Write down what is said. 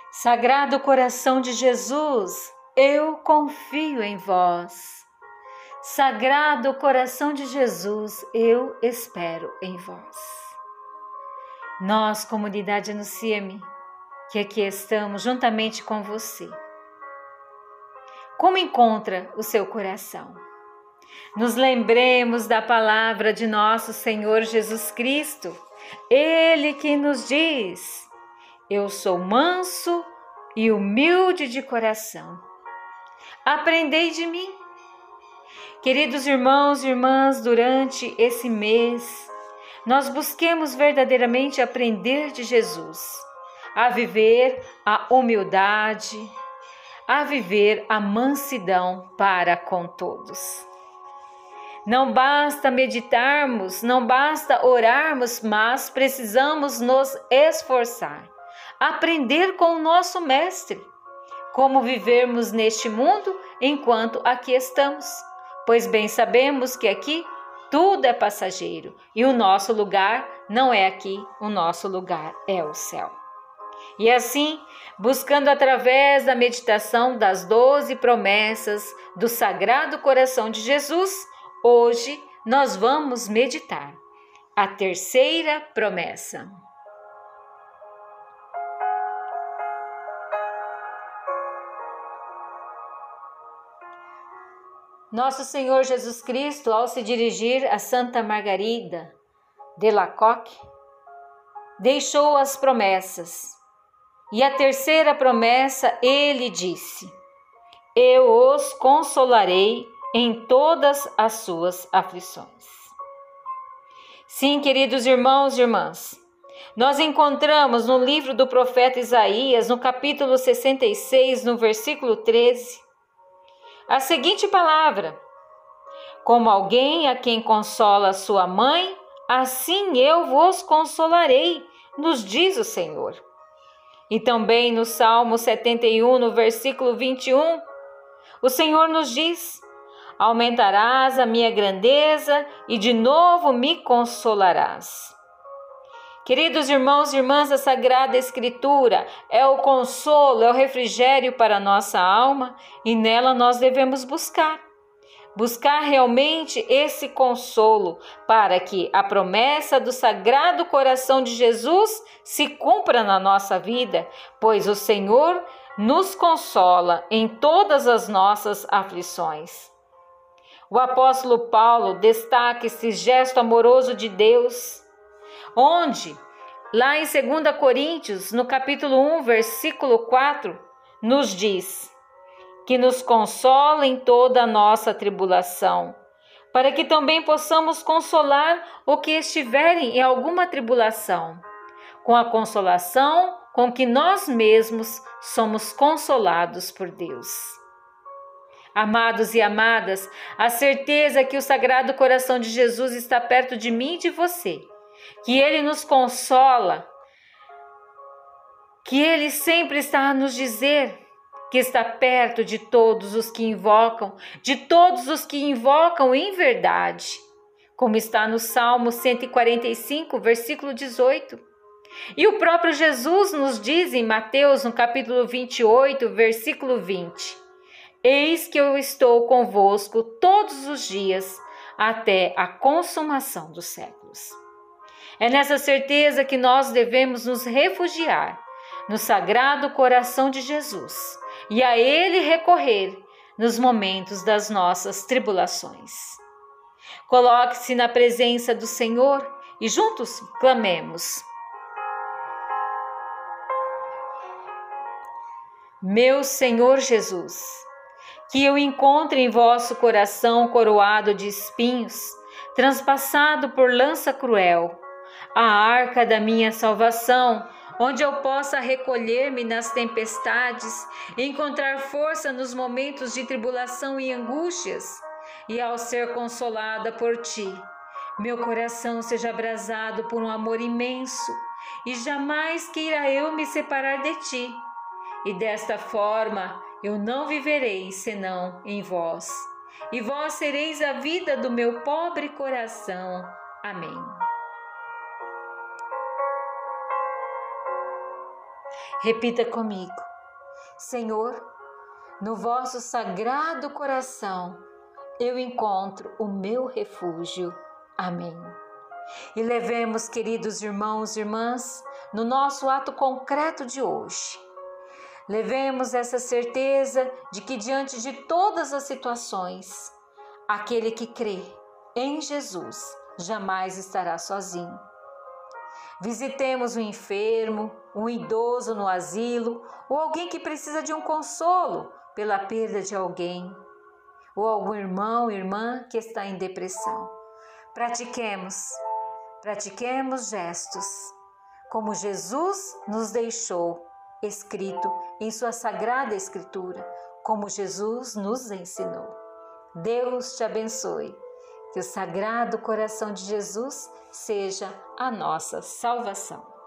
Sagrado coração de Jesus, eu confio em vós. Sagrado coração de Jesus, eu espero em vós. Nós, comunidade Anuncia-me, que aqui estamos juntamente com você. Como encontra o seu coração? Nos lembremos da palavra de nosso Senhor Jesus Cristo, Ele que nos diz: eu sou manso e humilde de coração. Aprendei de mim. Queridos irmãos e irmãs, durante esse mês, nós busquemos verdadeiramente aprender de Jesus, a viver a humildade, a viver a mansidão para com todos. Não basta meditarmos, não basta orarmos, mas precisamos nos esforçar, aprender com o nosso Mestre, como vivermos neste mundo enquanto aqui estamos, pois bem sabemos que aqui tudo é passageiro e o nosso lugar não é aqui, o nosso lugar é o céu. E assim, buscando através da meditação das 12 promessas do Sagrado Coração de Jesus, hoje nós vamos meditar a terceira promessa. Nosso Senhor Jesus Cristo, ao se dirigir a Santa Margarida de Lacoque, deixou as promessas. E a terceira promessa, ele disse: eu os consolarei em todas as suas aflições. Sim, queridos irmãos e irmãs, nós encontramos no livro do profeta Isaías, no capítulo 66, no versículo 13, a seguinte palavra: como alguém a quem consola sua mãe, assim eu vos consolarei, nos diz o Senhor. E também no Salmo 71, no versículo 21, o Senhor nos diz: aumentarás a minha grandeza e de novo me consolarás. Queridos irmãos e irmãs, a Sagrada Escritura é o consolo, é o refrigério para a nossa alma e nela nós devemos buscar realmente esse consolo para que a promessa do Sagrado Coração de Jesus se cumpra na nossa vida, pois o Senhor nos consola em todas as nossas aflições. O apóstolo Paulo destaca esse gesto amoroso de Deus, onde, lá em 2 Coríntios, no capítulo 1, versículo 4, nos diz que nos consola em toda a nossa tribulação, para que também possamos consolar o que estiverem em alguma tribulação, com a consolação com que nós mesmos somos consolados por Deus. Amados e amadas, a certeza que o Sagrado Coração de Jesus está perto de mim e de você, que Ele nos consola, que Ele sempre está a nos dizer que está perto de todos os que invocam, em verdade, como está no Salmo 145, versículo 18. E o próprio Jesus nos diz em Mateus, no capítulo 28, versículo 20: eis que eu estou convosco todos os dias, até a consumação dos séculos. É nessa certeza que nós devemos nos refugiar no Sagrado Coração de Jesus e a Ele recorrer nos momentos das nossas tribulações. Coloque-se na presença do Senhor e juntos clamemos: meu Senhor Jesus, que eu encontre em vosso coração coroado de espinhos, transpassado por lança cruel, a arca da minha salvação, onde eu possa recolher-me nas tempestades, encontrar força nos momentos de tribulação e angústias, e ao ser consolada por ti, meu coração seja abrasado por um amor imenso, e jamais queira eu me separar de ti. E desta forma eu não viverei senão em vós, e vós sereis a vida do meu pobre coração. Amém. Repita comigo: Senhor, no vosso sagrado coração eu encontro o meu refúgio. Amém. E levemos, queridos irmãos e irmãs, no nosso ato concreto de hoje, levemos essa certeza de que diante de todas as situações, aquele que crê em Jesus jamais estará sozinho. Visitemos um enfermo, um idoso no asilo, ou alguém que precisa de um consolo pela perda de alguém, ou algum irmão ou irmã que está em depressão. Pratiquemos gestos, como Jesus nos deixou escrito em sua Sagrada Escritura, como Jesus nos ensinou. Deus te abençoe. Que o Sagrado Coração de Jesus seja a nossa salvação.